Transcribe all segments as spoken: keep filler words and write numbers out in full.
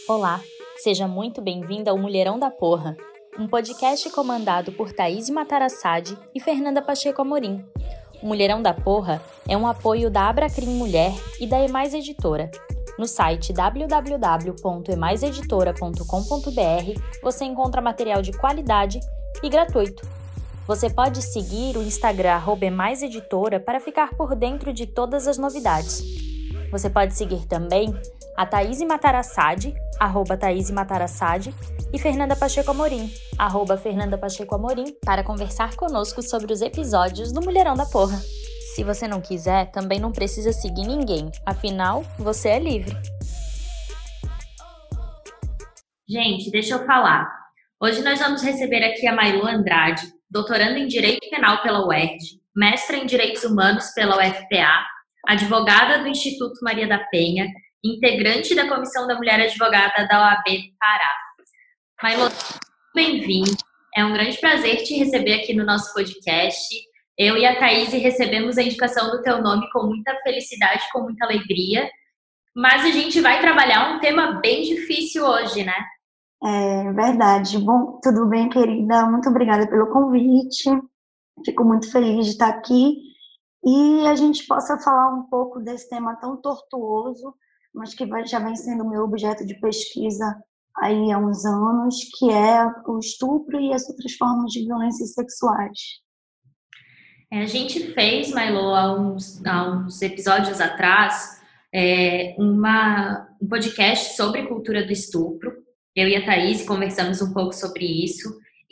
Olá, seja muito bem-vinda ao Mulherão da Porra, um podcast comandado por Thaís Matarassade e Fernanda Pacheco Amorim. O Mulherão da Porra é um apoio da Abracrim Mulher e da Emais Editora. No site w w w ponto emais editora ponto com ponto b r você encontra material de qualidade e gratuito. Você pode seguir o Instagram arroba emais editora para ficar por dentro de todas as novidades. Você pode seguir também a Thaís Matarassade, arroba Thaís Matarassade, e Fernanda Pacheco Amorim, arroba Fernanda Pacheco Amorim, para conversar conosco sobre os episódios do Mulherão da Porra. Se você não quiser, também não precisa seguir ninguém, afinal, você é livre. Gente, deixa eu falar. Hoje nós vamos receber aqui a Mailu Andrade, doutoranda em Direito Penal pela U E R J, mestra em Direitos Humanos pela U F P A, advogada do Instituto Maria da Penha, integrante da Comissão da Mulher Advogada da O A B do Pará. Mailu, bem-vinda. É um grande prazer te receber aqui no nosso podcast. Eu e a Thaís recebemos a indicação do teu nome com muita felicidade, com muita alegria. Mas a gente vai trabalhar um tema bem difícil hoje, né? É verdade. Bom, tudo bem, querida? Muito obrigada pelo convite. Fico muito feliz de estar aqui e a gente possa falar um pouco desse tema tão tortuoso, mas que já vem sendo meu objeto de pesquisa aí há uns anos, que é o estupro e as outras formas de violências sexuais. É, a gente fez, Mailu, há uns, há uns episódios atrás, é, uma, um podcast sobre cultura do estupro. Eu e a Thaís conversamos um pouco sobre isso.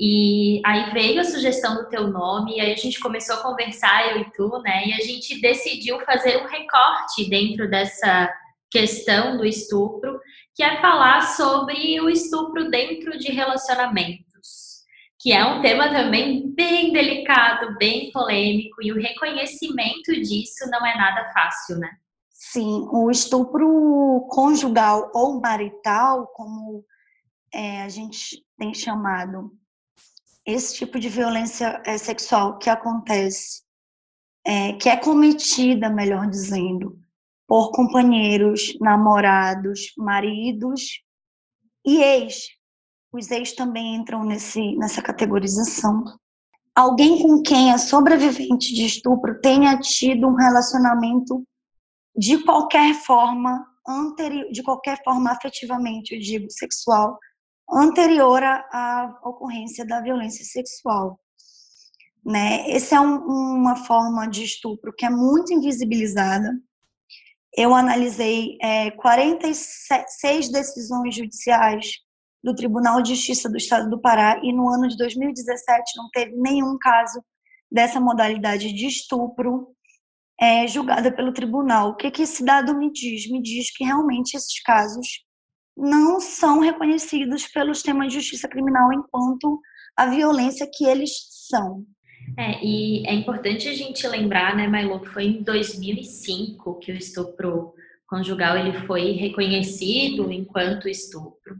E aí veio a sugestão do teu nome, e aí a gente começou a conversar, eu e tu, né? E a gente decidiu fazer um recorte dentro dessa questão do estupro, que é falar sobre o estupro dentro de relacionamentos, que é um tema também bem delicado, bem polêmico, e o reconhecimento disso não é nada fácil, né? Sim, o estupro conjugal ou marital, como é, a gente tem chamado esse tipo de violência é, sexual que acontece, é, que é cometida, melhor dizendo, por companheiros, namorados, maridos e ex. Os ex também entram nesse, nessa categorização. Alguém com quem a sobrevivente de estupro tenha tido um relacionamento de qualquer forma, anterior, de qualquer forma afetivamente, eu digo, sexual, anterior à ocorrência da violência sexual. Né? Essa é um, uma forma de estupro que é muito invisibilizada. Eu analisei é, quarenta e seis decisões judiciais do Tribunal de Justiça do Estado do Pará e no ano de dois mil e dezessete não teve nenhum caso dessa modalidade de estupro é, julgada pelo tribunal. O que, que esse dado me diz? Me diz que realmente esses casos não são reconhecidos pelo sistema de justiça criminal enquanto a violência que eles são. É, e é importante a gente lembrar, né, Mailu, que foi em dois mil e cinco que o estupro conjugal ele foi reconhecido enquanto estupro.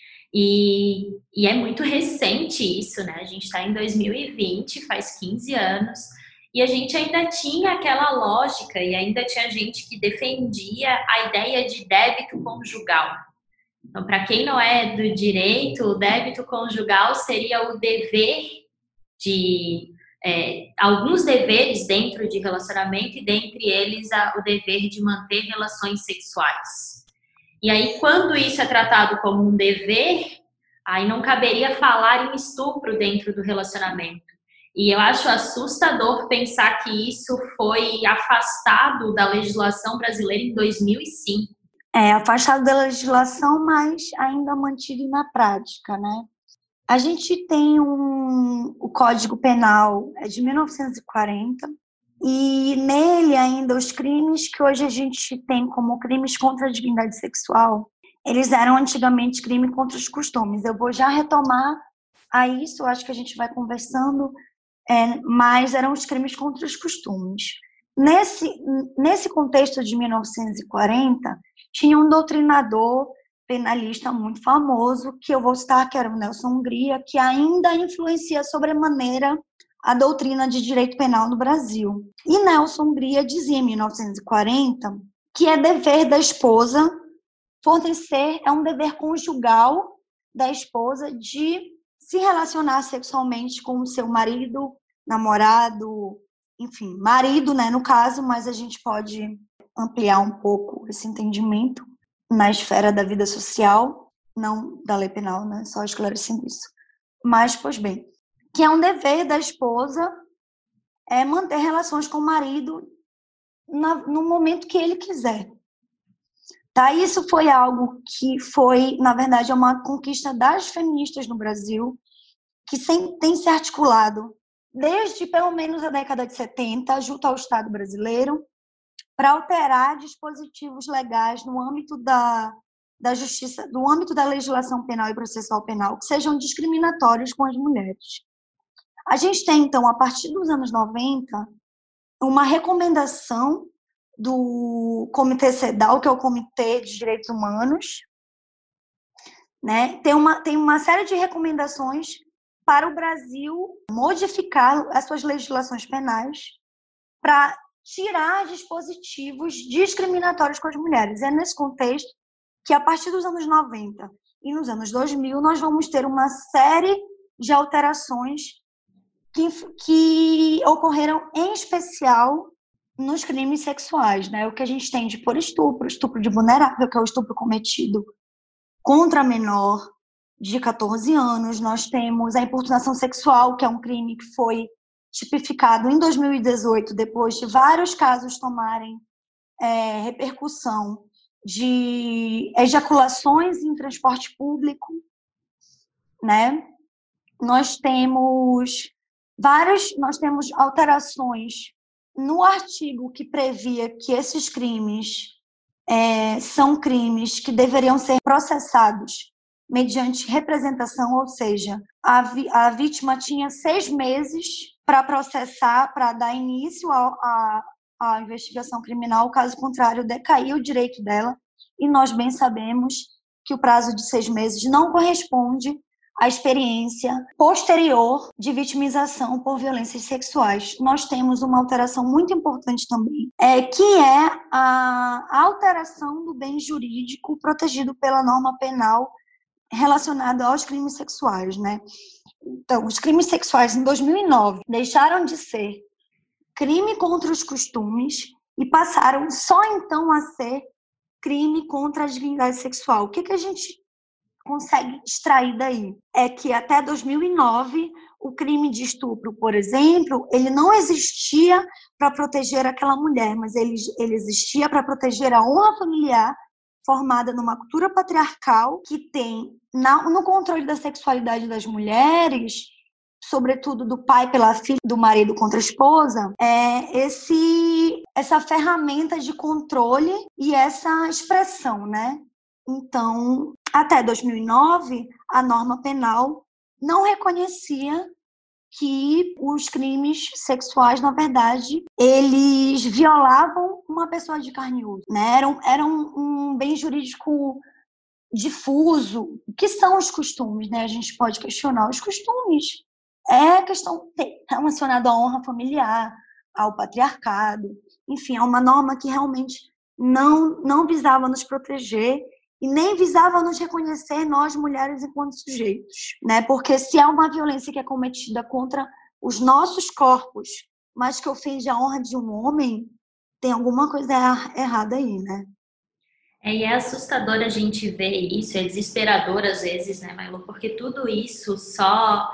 E, e é muito recente isso, né? A gente está em dois mil e vinte, faz quinze anos, e a gente ainda tinha aquela lógica e ainda tinha gente que defendia a ideia de débito conjugal. Então, para quem não é do direito, o débito conjugal seria o dever de... É, alguns deveres dentro de relacionamento e dentre eles a, o dever de manter relações sexuais. E aí, quando isso é tratado como um dever, aí não caberia falar em estupro dentro do relacionamento. E eu acho assustador pensar que isso foi afastado da legislação brasileira em dois mil e cinco. É, afastado da legislação, mas ainda mantido na prática, né? A gente tem um, o Código Penal é de mil novecentos e quarenta e nele ainda os crimes que hoje a gente tem como crimes contra a dignidade sexual, eles eram antigamente crime contra os costumes. Eu vou já retomar a isso, acho que a gente vai conversando, é, mas eram os crimes contra os costumes. Nesse, nesse contexto de mil novecentos e quarenta, tinha um doutrinador penalista muito famoso, que eu vou citar, que era o Nelson Hungria, que ainda influencia sobremaneira a doutrina de direito penal no Brasil. E Nelson Hungria dizia em mil novecentos e quarenta que é dever da esposa fornecer, é um dever conjugal da esposa de se relacionar sexualmente com o seu marido, namorado, enfim, marido, né, no caso, mas a gente pode ampliar um pouco esse entendimento na esfera da vida social, não da lei penal, né, só esclarecendo isso. Mas, pois bem, que é um dever da esposa é manter relações com o marido na, no momento que ele quiser. Tá? Isso foi algo que foi, na verdade, uma conquista das feministas no Brasil, que sem, tem se articulado desde pelo menos a década de setenta, junto ao Estado brasileiro, para alterar dispositivos legais no âmbito da, da justiça, do âmbito da legislação penal e processual penal, que sejam discriminatórios com as mulheres. A gente tem, então, a partir dos anos noventa, uma recomendação do Comitê CEDAW, que é o Comitê de Direitos Humanos, né? Tem uma, tem uma série de recomendações para o Brasil modificar as suas legislações penais para tirar dispositivos discriminatórios com as mulheres. É nesse contexto que, a partir dos anos noventa e nos anos dois mil, nós vamos ter uma série de alterações que, que ocorreram, em especial, nos crimes sexuais, né? O que a gente tem de por estupro, estupro de vulnerável, que é o estupro cometido contra menor de catorze anos. Nós temos a importunação sexual, que é um crime que foi tipificado em dois mil e dezoito, depois de vários casos tomarem é, repercussão de ejaculações em transporte público, né? Nós temos vários, nós temos alterações no artigo que previa que esses crimes é, são crimes que deveriam ser processados mediante representação, ou seja, a, vi, a vítima tinha seis meses para processar, para dar início à investigação criminal, caso contrário, decaía o direito dela, e nós bem sabemos que o prazo de seis meses não corresponde à experiência posterior de vitimização por violências sexuais. Nós temos uma alteração muito importante também, é, que é a alteração do bem jurídico protegido pela norma penal relacionado aos crimes sexuais, né? Então, os crimes sexuais em dois mil e nove deixaram de ser crime contra os costumes e passaram só então a ser crime contra a dignidade sexual. O que, que a gente consegue extrair daí? É que até dois mil e nove, o crime de estupro, por exemplo, ele não existia para proteger aquela mulher, mas ele, ele existia para proteger a honra familiar formada numa cultura patriarcal que tem na, no controle da sexualidade das mulheres, sobretudo do pai pela filha, do marido contra a esposa, é esse, essa ferramenta de controle e essa expressão, né? Então, até dois mil e nove, a norma penal não reconhecia que os crimes sexuais, na verdade, eles violavam uma pessoa de carne e osso, né? Era, um, era um, um bem jurídico difuso. O que são os costumes, né? A gente pode questionar os costumes. É questão relacionada à honra familiar, ao patriarcado, enfim, é uma norma que realmente não, não visava nos proteger e nem visava nos reconhecer nós, mulheres, enquanto sujeitos, né? Porque se há uma violência que é cometida contra os nossos corpos, mas que ofende a honra de um homem, tem alguma coisa errada aí, né? É, e é assustador a gente ver isso, é desesperador às vezes, né, Mailo? Porque tudo isso só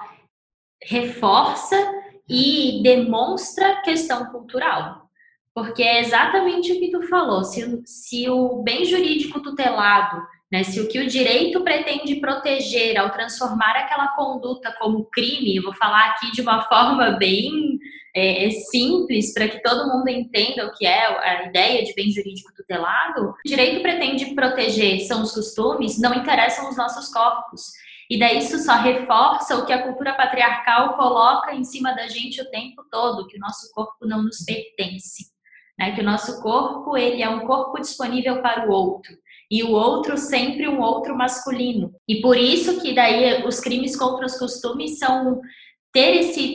reforça e demonstra questão cultural. Porque é exatamente o que tu falou, se, se o bem jurídico tutelado, né, se o que o direito pretende proteger ao transformar aquela conduta como crime, eu vou falar aqui de uma forma bem é, simples, para que todo mundo entenda o que é a ideia de bem jurídico tutelado, o direito pretende proteger são os costumes, não interessam os nossos corpos. E daí isso só reforça o que a cultura patriarcal coloca em cima da gente o tempo todo, que o nosso corpo não nos pertence. Né, que o nosso corpo ele é um corpo disponível para o outro, e o outro sempre um outro masculino. E por isso que daí os crimes contra os costumes são ter esse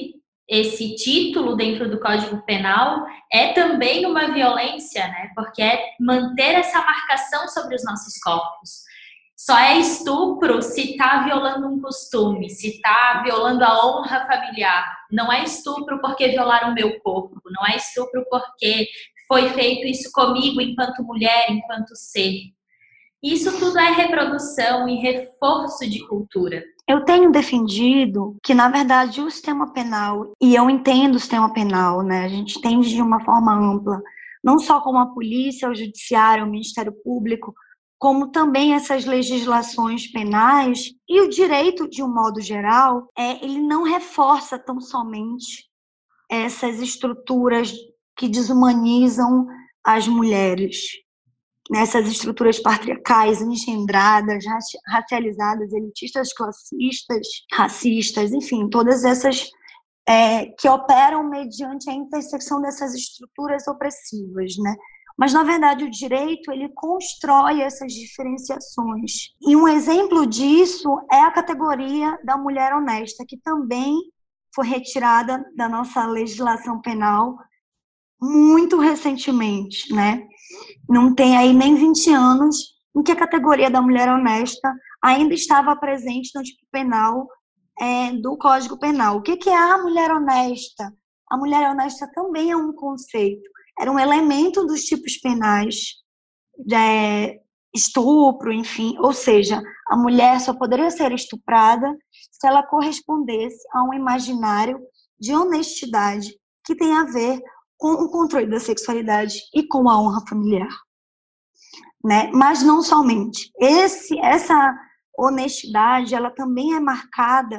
esse título dentro do Código Penal é também uma violência, né? Porque é manter essa marcação sobre os nossos corpos. Só é estupro se está violando um costume, se está violando a honra familiar. Não é estupro porque violaram o meu corpo, não é estupro porque foi feito isso comigo enquanto mulher, enquanto ser. Isso tudo é reprodução e reforço de cultura. Eu tenho defendido que, na verdade, o sistema penal, e eu entendo o sistema penal, né? A gente entende de uma forma ampla, não só como a polícia, o judiciário, o Ministério Público, como também essas legislações penais e o direito, de um modo geral, é, ele não reforça tão somente essas estruturas que desumanizam as mulheres, nessas estruturas patriarcais, engendradas, racializadas, elitistas, classistas, racistas, enfim, todas essas é, que operam mediante a intersecção dessas estruturas opressivas, né? Mas, na verdade, o direito, ele constrói essas diferenciações. E um exemplo disso é a categoria da mulher honesta, que também foi retirada da nossa legislação penal muito recentemente, né? Não tem aí nem vinte anos em que a categoria da mulher honesta ainda estava presente no tipo penal é, do Código Penal. O que, que é a mulher honesta? A mulher honesta também é um conceito. Era um elemento dos tipos penais, é, estupro, enfim. Ou seja, a mulher só poderia ser estuprada se ela correspondesse a um imaginário de honestidade que tem a ver com o controle da sexualidade e com a honra familiar. Né? Mas não somente. Esse, essa honestidade, ela também é marcada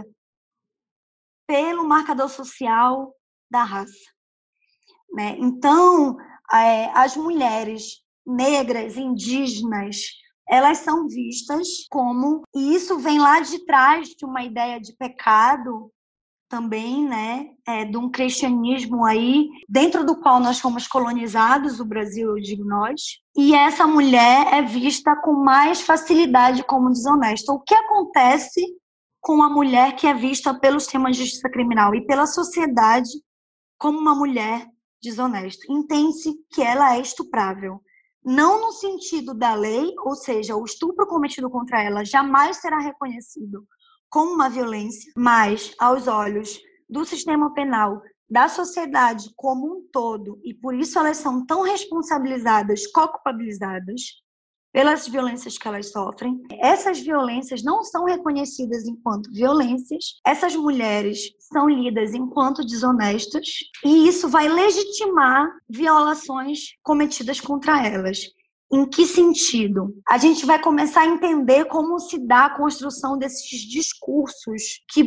pelo marcador social da raça. Né? Então, é, as mulheres negras, indígenas, elas são vistas como, e isso vem lá de trás de uma ideia de pecado também, né, é, de um cristianismo aí, dentro do qual nós fomos colonizados, o Brasil, eu digo nós, e essa mulher é vista com mais facilidade como desonesta. O que acontece com a mulher que é vista pelo sistema de justiça criminal e pela sociedade como uma mulher desonesta? Entende-se que ela é estuprável. Não no sentido da lei, ou seja, o estupro cometido contra ela jamais será reconhecido como uma violência, mas aos olhos do sistema penal, da sociedade como um todo, e por isso elas são tão responsabilizadas, co-culpabilizadas pelas violências que elas sofrem. Essas violências não são reconhecidas enquanto violências, essas mulheres são lidas enquanto desonestas, e isso vai legitimar violações cometidas contra elas. Em que sentido? A gente vai começar a entender como se dá a construção desses discursos que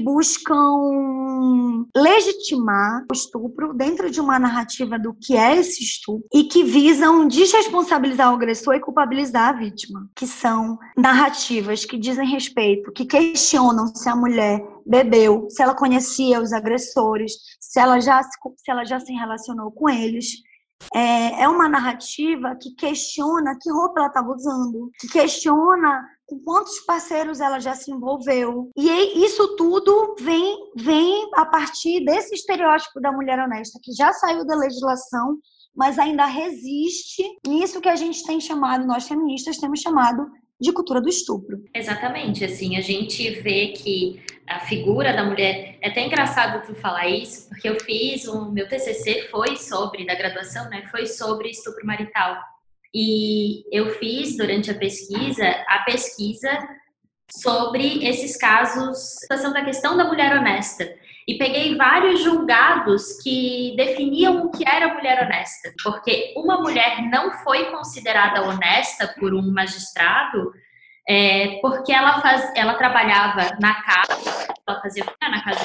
buscam legitimar o estupro dentro de uma narrativa do que é esse estupro e que visam desresponsabilizar o agressor e culpabilizar a vítima, que são narrativas que dizem respeito, que questionam se a mulher bebeu, se ela conhecia os agressores, se ela já se, se, ela já se relacionou com eles. É uma narrativa que questiona que roupa ela estava usando, que questiona com quantos parceiros ela já se envolveu. E isso tudo vem, vem a partir desse estereótipo da mulher honesta, que já saiu da legislação, mas ainda resiste nisso que a gente tem chamado, nós feministas temos chamado de cultura do estupro. Exatamente, assim, a gente vê que a figura da mulher, é até engraçado tu falar isso, porque eu fiz, o meu T C C foi sobre, da graduação, né, foi sobre estupro marital, e eu fiz durante a pesquisa, a pesquisa sobre esses casos, situação da questão da mulher honesta, e peguei vários julgados que definiam o que era mulher honesta, porque uma mulher não foi considerada honesta por um magistrado é, porque ela, faz, ela trabalhava na casa, ela fazia na casa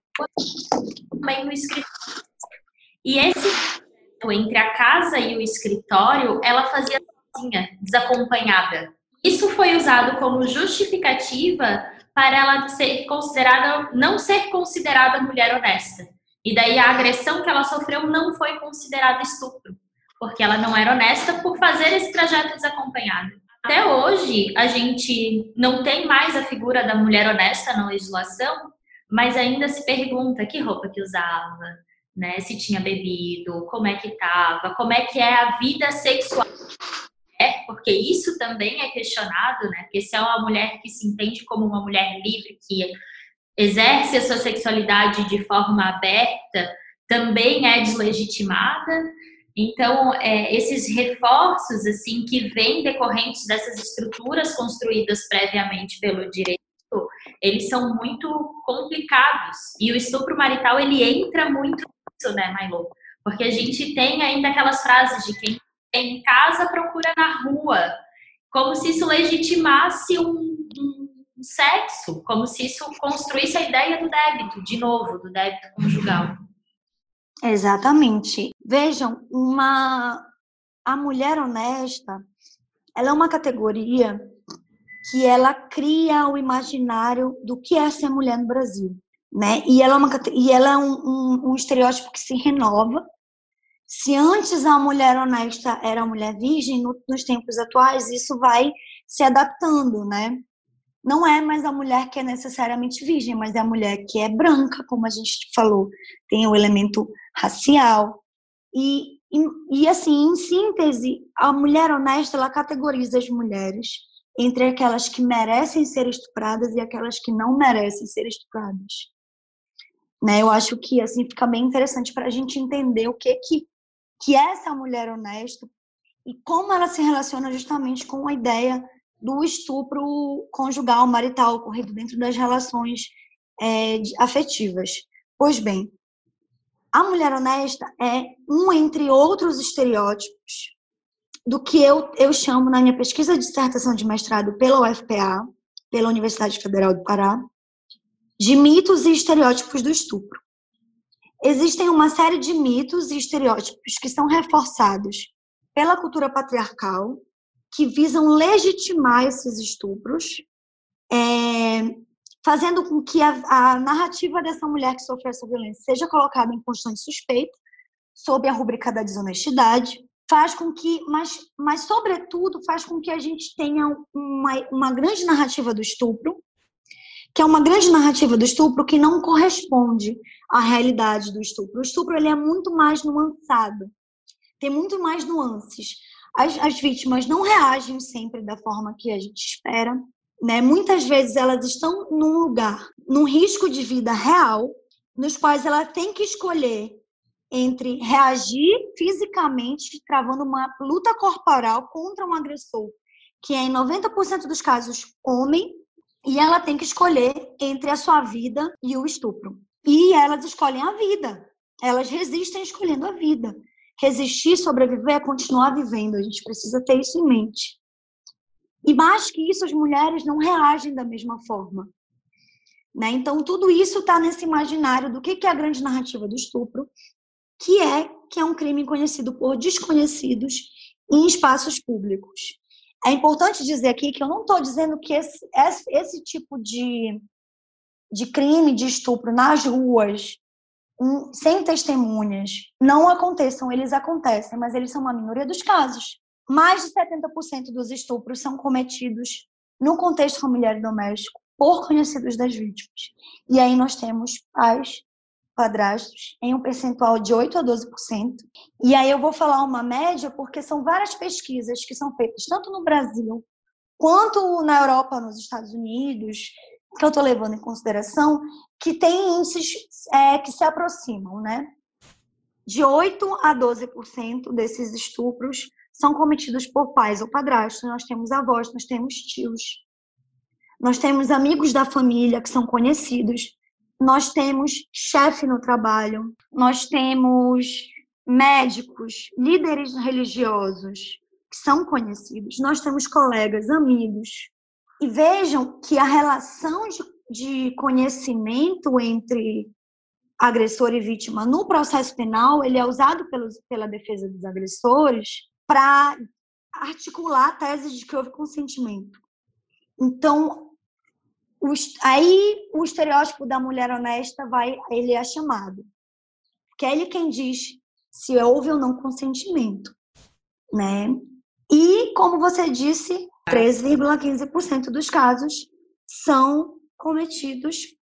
também no escritório. E esse entre a casa e o escritório, ela fazia sozinha, desacompanhada. Isso foi usado como justificativa para ela ser considerada, não ser considerada mulher honesta. E daí a agressão que ela sofreu não foi considerada estupro, porque ela não era honesta por fazer esse trajeto desacompanhado. Até hoje, a gente não tem mais a figura da mulher honesta na legislação, mas ainda se pergunta que roupa que usava, né? Se tinha bebido, como é que estava, como é que é a vida sexual. É, porque isso também é questionado, né? Porque se é uma mulher que se entende como uma mulher livre, que exerce a sua sexualidade de forma aberta, também é deslegitimada. Então, é, esses reforços, assim, que vêm decorrentes dessas estruturas construídas previamente pelo direito, eles são muito complicados. E o estupro marital, ele entra muito nisso, né, Mailô? Porque a gente tem ainda aquelas frases de quem em casa procura na rua, como se isso legitimasse um, um, um sexo, como se isso construísse a ideia do débito, de novo, do débito conjugal. Exatamente. Vejam, uma a mulher honesta, ela é uma categoria que ela cria o imaginário do que é ser mulher no Brasil, né? E ela é, uma, e ela é um, um, um estereótipo que se renova. Se antes a mulher honesta era a mulher virgem, no, nos tempos atuais isso vai se adaptando, né? Não é mais a mulher que é necessariamente virgem, mas é a mulher que é branca, como a gente falou, tem o elemento racial. E, e, e assim, em síntese, a mulher honesta, ela categoriza as mulheres entre aquelas que merecem ser estupradas e aquelas que não merecem ser estupradas. Né? Eu acho que assim fica bem interessante para a gente entender o que que que é essa mulher honesta e como ela se relaciona justamente com a ideia do estupro conjugal, marital, ocorrido dentro das relações é, afetivas. Pois bem, a mulher honesta é um entre outros estereótipos do que eu, eu chamo, na minha pesquisa de dissertação de mestrado pela U F P A, pela Universidade Federal do Pará, de mitos e estereótipos do estupro. Existem uma série de mitos e estereótipos que são reforçados pela cultura patriarcal, que visam legitimar esses estupros, é, fazendo com que a, a narrativa dessa mulher que sofreu essa violência seja colocada em constante suspeita, sob a rúbrica da desonestidade, faz com que, mas, mas sobretudo, faz com que a gente tenha uma, uma grande narrativa do estupro, que é uma grande narrativa do estupro que não corresponde à realidade do estupro. O estupro ele é muito mais nuançado, tem muito mais nuances. As, as vítimas não reagem sempre da forma que a gente espera, né? Muitas vezes elas estão num lugar, num risco de vida real, nos quais ela tem que escolher entre reagir fisicamente, travando uma luta corporal contra um agressor, que é em noventa por cento dos casos homem, e ela tem que escolher entre a sua vida e o estupro. E elas escolhem a vida. Elas resistem escolhendo a vida. Resistir, sobreviver é continuar vivendo. A gente precisa ter isso em mente. E mais que isso, as mulheres não reagem da mesma forma. Né? Então, tudo isso está nesse imaginário do que é a grande narrativa do estupro, que é, que é um crime conhecido por desconhecidos em espaços públicos. É importante dizer aqui que eu não estou dizendo que esse, esse, esse tipo de, de crime, de estupro nas ruas, um, sem testemunhas, não aconteçam. Eles acontecem, mas eles são uma minoria dos casos. Mais de setenta por cento dos estupros são cometidos no contexto familiar e doméstico por conhecidos das vítimas. E aí nós temos pais, padrastos, em um percentual de oito a doze por cento. E aí eu vou falar uma média porque são várias pesquisas que são feitas tanto no Brasil quanto na Europa, nos Estados Unidos, que eu estou levando em consideração, que tem índices é, que se aproximam, né? De oito a doze por cento desses estupros são cometidos por pais ou padrastos. Nós temos avós, nós temos tios, nós temos amigos da família que são conhecidos, nós temos chefe no trabalho, nós temos médicos, líderes religiosos que são conhecidos, nós temos colegas, amigos. E vejam que a relação de, de conhecimento entre agressor e vítima no processo penal, ele é usado pelos, pela defesa dos agressores para articular a tese de que houve consentimento. Então, o, aí o estereótipo da mulher honesta vai, ele é chamado. Que é ele quem diz se houve ou não consentimento, né? E, como você disse, treze vírgula quinze por cento dos casos são cometidos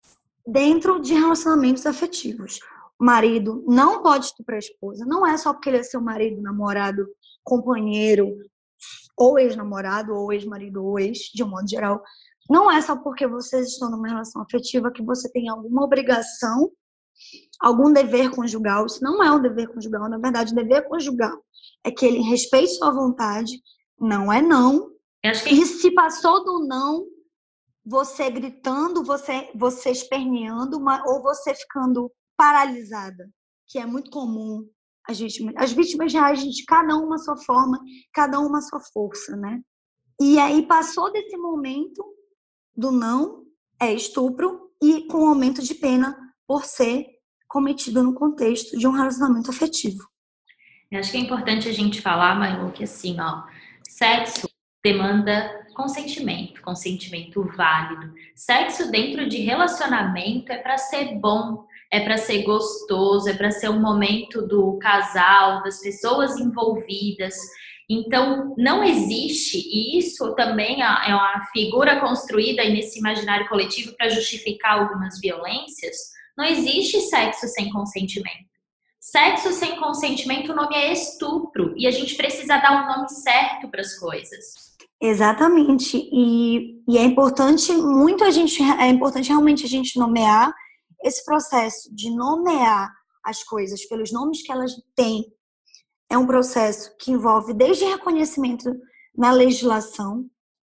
dentro de relacionamentos afetivos. O marido não pode estuprar a esposa, não é só porque ele é seu marido, namorado, companheiro, ou ex-namorado, ou ex-marido, ou ex, de um modo geral. Não é só porque vocês estão numa relação afetiva que você tem alguma obrigação, algum dever conjugal. Isso não é um dever conjugal, na verdade, o dever conjugal é que ele respeite sua vontade, não é não. Eu acho que... E se passou do não, você gritando, você, você esperneando, uma, ou você ficando paralisada, que é muito comum. As vítimas, as vítimas reagem de cada uma a sua forma, cada uma a sua força, né? E aí passou desse momento do não, é estupro, e com aumento de pena por ser cometido no contexto de um relacionamento afetivo. Eu acho que é importante a gente falar, Mailu, que assim, ó, sexo demanda consentimento, consentimento válido. Sexo dentro de relacionamento é para ser bom, é para ser gostoso, é para ser um momento do casal, das pessoas envolvidas. Então, não existe, e isso também é uma figura construída nesse imaginário coletivo para justificar algumas violências, não existe sexo sem consentimento. Sexo sem consentimento, o nome é estupro, e a gente precisa dar um nome certo para as coisas. Exatamente, e, e é importante, muito a gente, é importante realmente a gente nomear esse processo de nomear as coisas pelos nomes que elas têm. É um processo que envolve desde reconhecimento na legislação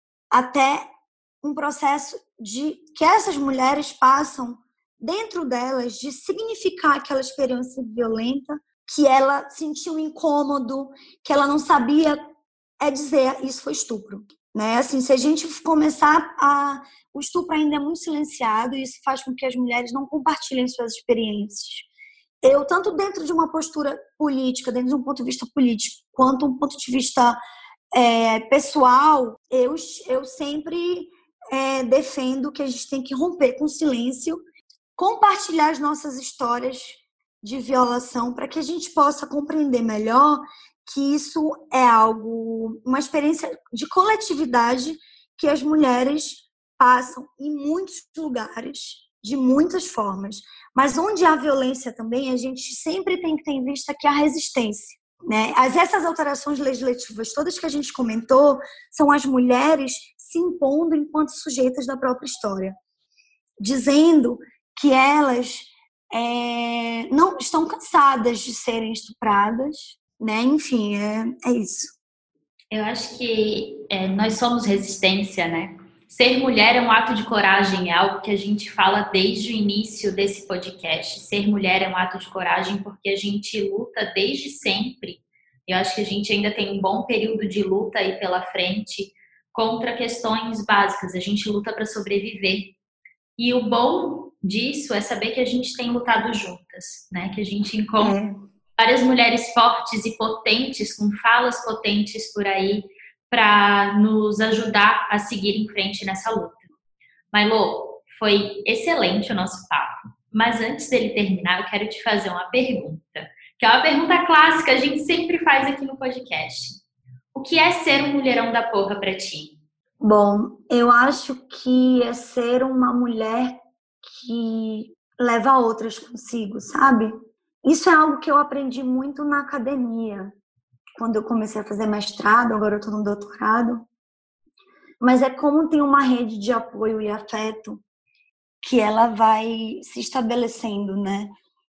até um processo de que essas mulheres passam dentro delas de significar aquela experiência violenta, que ela sentiu incômodo, que ela não sabia, é dizer, isso foi estupro. Né? Assim, se a gente começar a... O estupro ainda é muito silenciado e isso faz com que as mulheres não compartilhem suas experiências. Eu, tanto dentro de uma postura política, dentro de um ponto de vista político, quanto um ponto de vista é, pessoal, eu, eu sempre é, defendo que a gente tem que romper com o silêncio, compartilhar as nossas histórias de violação para que a gente possa compreender melhor que isso é algo, uma experiência de coletividade que as mulheres passam em muitos lugares, de muitas formas. Mas onde há violência também, a gente sempre tem que ter em vista que há resistência. Né? As, essas alterações legislativas todas que a gente comentou são as mulheres se impondo enquanto sujeitas da própria história, dizendo que elas é, não estão cansadas de serem estupradas, né? Enfim, é, é isso. Eu acho que é, nós somos resistência, né? Ser mulher é um ato de coragem, é algo que a gente fala desde o início desse podcast. Ser mulher é um ato de coragem porque a gente luta desde sempre. Eu acho que a gente ainda tem um bom período de luta aí pela frente contra questões básicas. A gente luta para sobreviver. E o bom disso é saber que a gente tem lutado juntas, né? Que a gente encontra é. várias mulheres fortes e potentes, com falas potentes por aí, para nos ajudar a seguir em frente nessa luta. Mailu, foi excelente o nosso papo, mas antes dele terminar, eu quero te fazer uma pergunta, que é uma pergunta clássica, a gente sempre faz aqui no podcast. O que é ser um mulherão da porra para ti? Bom, eu acho que é ser uma mulher que leva outras consigo, sabe? Isso é algo que eu aprendi muito na academia, quando eu comecei a fazer mestrado, agora eu estou no doutorado. Mas é como tem uma rede de apoio e afeto que ela vai se estabelecendo, né?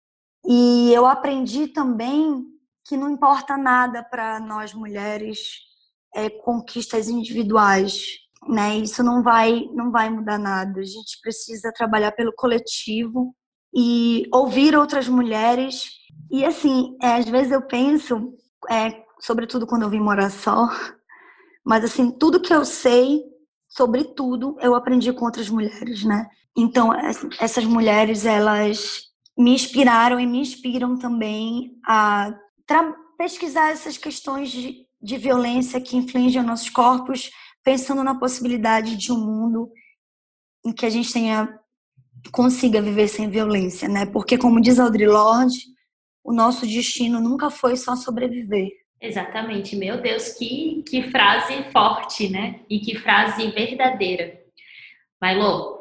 E eu aprendi também que não importa nada para nós mulheres é, conquistas individuais, né? Isso não vai, não vai mudar nada. A gente precisa trabalhar pelo coletivo e ouvir outras mulheres. E assim, é, às vezes eu penso, é, sobretudo quando eu vim morar só, mas assim, tudo que eu sei sobre tudo, eu aprendi com outras mulheres, né? Então, essas mulheres, elas me inspiraram e me inspiram também a tra- pesquisar essas questões de, de violência que infligem aos nossos corpos, pensando na possibilidade de um mundo em que a gente tenha, consiga viver sem violência, né? Porque, como diz Audre Lorde, o nosso destino nunca foi só sobreviver. Exatamente. Meu Deus, que, que frase forte, né? E que frase verdadeira. Mailu,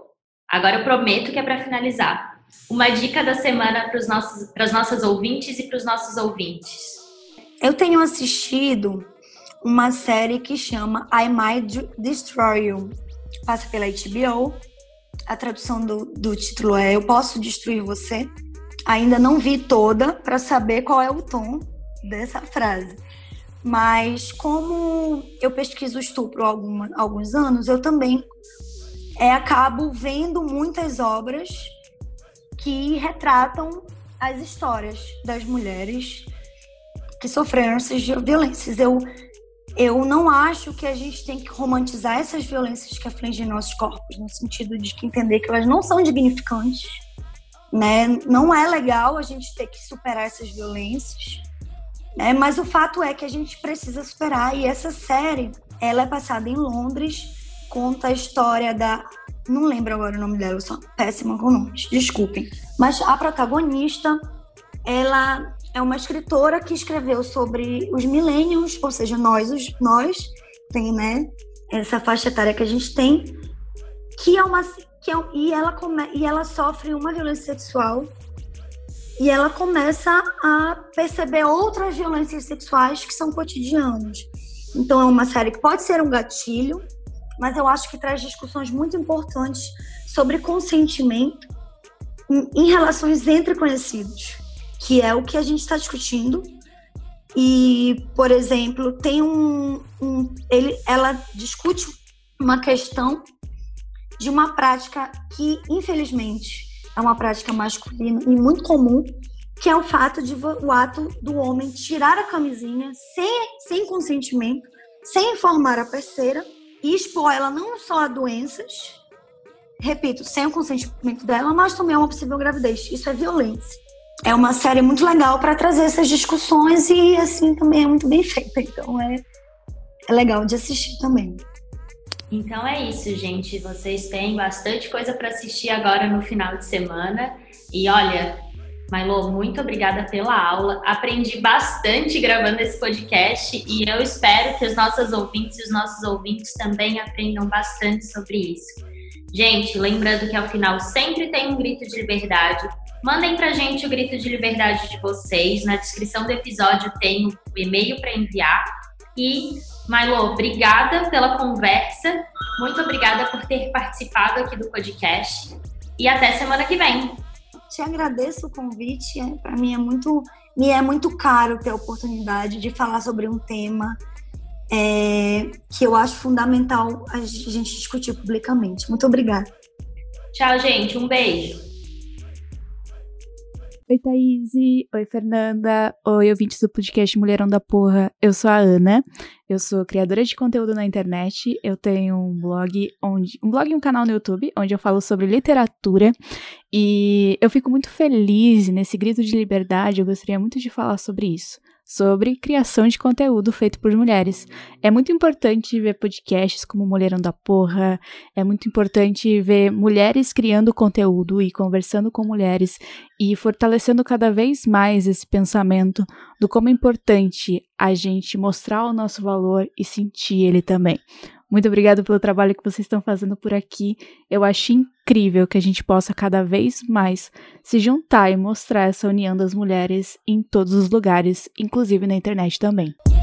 Agora eu prometo que é para finalizar. Uma dica da semana para os nossos, para as nossas ouvintes e para os nossos ouvintes. Eu tenho assistido uma série que chama I Might Destroy You. Passa pela H B O. A tradução do, do título é Eu Posso Destruir Você. Ainda não vi toda para saber qual é o tom dessa frase. Mas como eu pesquiso estupro há alguma, alguns anos, eu também é, acabo vendo muitas obras que retratam as histórias das mulheres que sofreram essas violências. Eu, eu não acho que a gente tem que romantizar essas violências que afligem nossos corpos, no sentido de que entender que elas não são dignificantes, né? Não é legal a gente ter que superar essas violências, né? Mas o fato é que a gente precisa superar. E essa série, ela é passada em Londres, conta a história da... Não lembro agora o nome dela, eu sou péssima com nomes, desculpem. Mas a protagonista, ela é uma escritora que escreveu sobre os millennials, ou seja, nós, os, nós tem, né, essa faixa etária que a gente tem, que é uma... Que é, e, ela come, e ela sofre uma violência sexual e ela começa a perceber outras violências sexuais que são cotidianas. Então é uma série que pode ser um gatilho, mas eu acho que traz discussões muito importantes sobre consentimento em, em relações entre conhecidos, que é o que a gente está discutindo. E, por exemplo, tem um, um ele, ela discute uma questão de uma prática que, infelizmente, é uma prática masculina e muito comum, que é o fato de o ato do homem tirar a camisinha sem, sem consentimento, sem informar a parceira e expor ela não só a doenças, repito, sem o consentimento dela, mas também a uma possível gravidez. Isso é violência. É uma série muito legal para trazer essas discussões e, assim, também é muito bem feita. Então, é, é legal de assistir também. Então é isso, gente. Vocês têm bastante coisa para assistir agora no final de semana. E olha, Mailô, muito obrigada pela aula. Aprendi bastante gravando esse podcast e eu espero que os nossos ouvintes e os nossos ouvintes também aprendam bastante sobre isso. Gente, lembrando que ao final sempre tem um grito de liberdade. Mandem pra gente o grito de liberdade de vocês. Na descrição do episódio tem o e-mail para enviar. E, Mailô, obrigada pela conversa. Muito obrigada por ter participado aqui do podcast. E até semana que vem. Te agradeço o convite. Para mim é muito, me é muito caro ter a oportunidade de falar sobre um tema é, que eu acho fundamental a gente discutir publicamente. Muito obrigada. Tchau, gente. Um beijo. Oi, Thaís. Oi, Fernanda. Oi, ouvintes do podcast Mulherão da Porra. Eu sou a Ana. Eu sou criadora de conteúdo na internet. Eu tenho um blog, onde, um blog e um canal no YouTube, onde eu falo sobre literatura. E eu fico muito feliz nesse grito de liberdade. Eu gostaria muito de falar sobre isso. Sobre criação de conteúdo feito por mulheres. É muito importante ver podcasts como Mulherão da Porra, é muito importante ver mulheres criando conteúdo e conversando com mulheres e fortalecendo cada vez mais esse pensamento do como é importante a gente mostrar o nosso valor e sentir ele também. Muito obrigada pelo trabalho que vocês estão fazendo por aqui. Eu acho incrível que a gente possa cada vez mais se juntar e mostrar essa união das mulheres em todos os lugares, inclusive na internet também.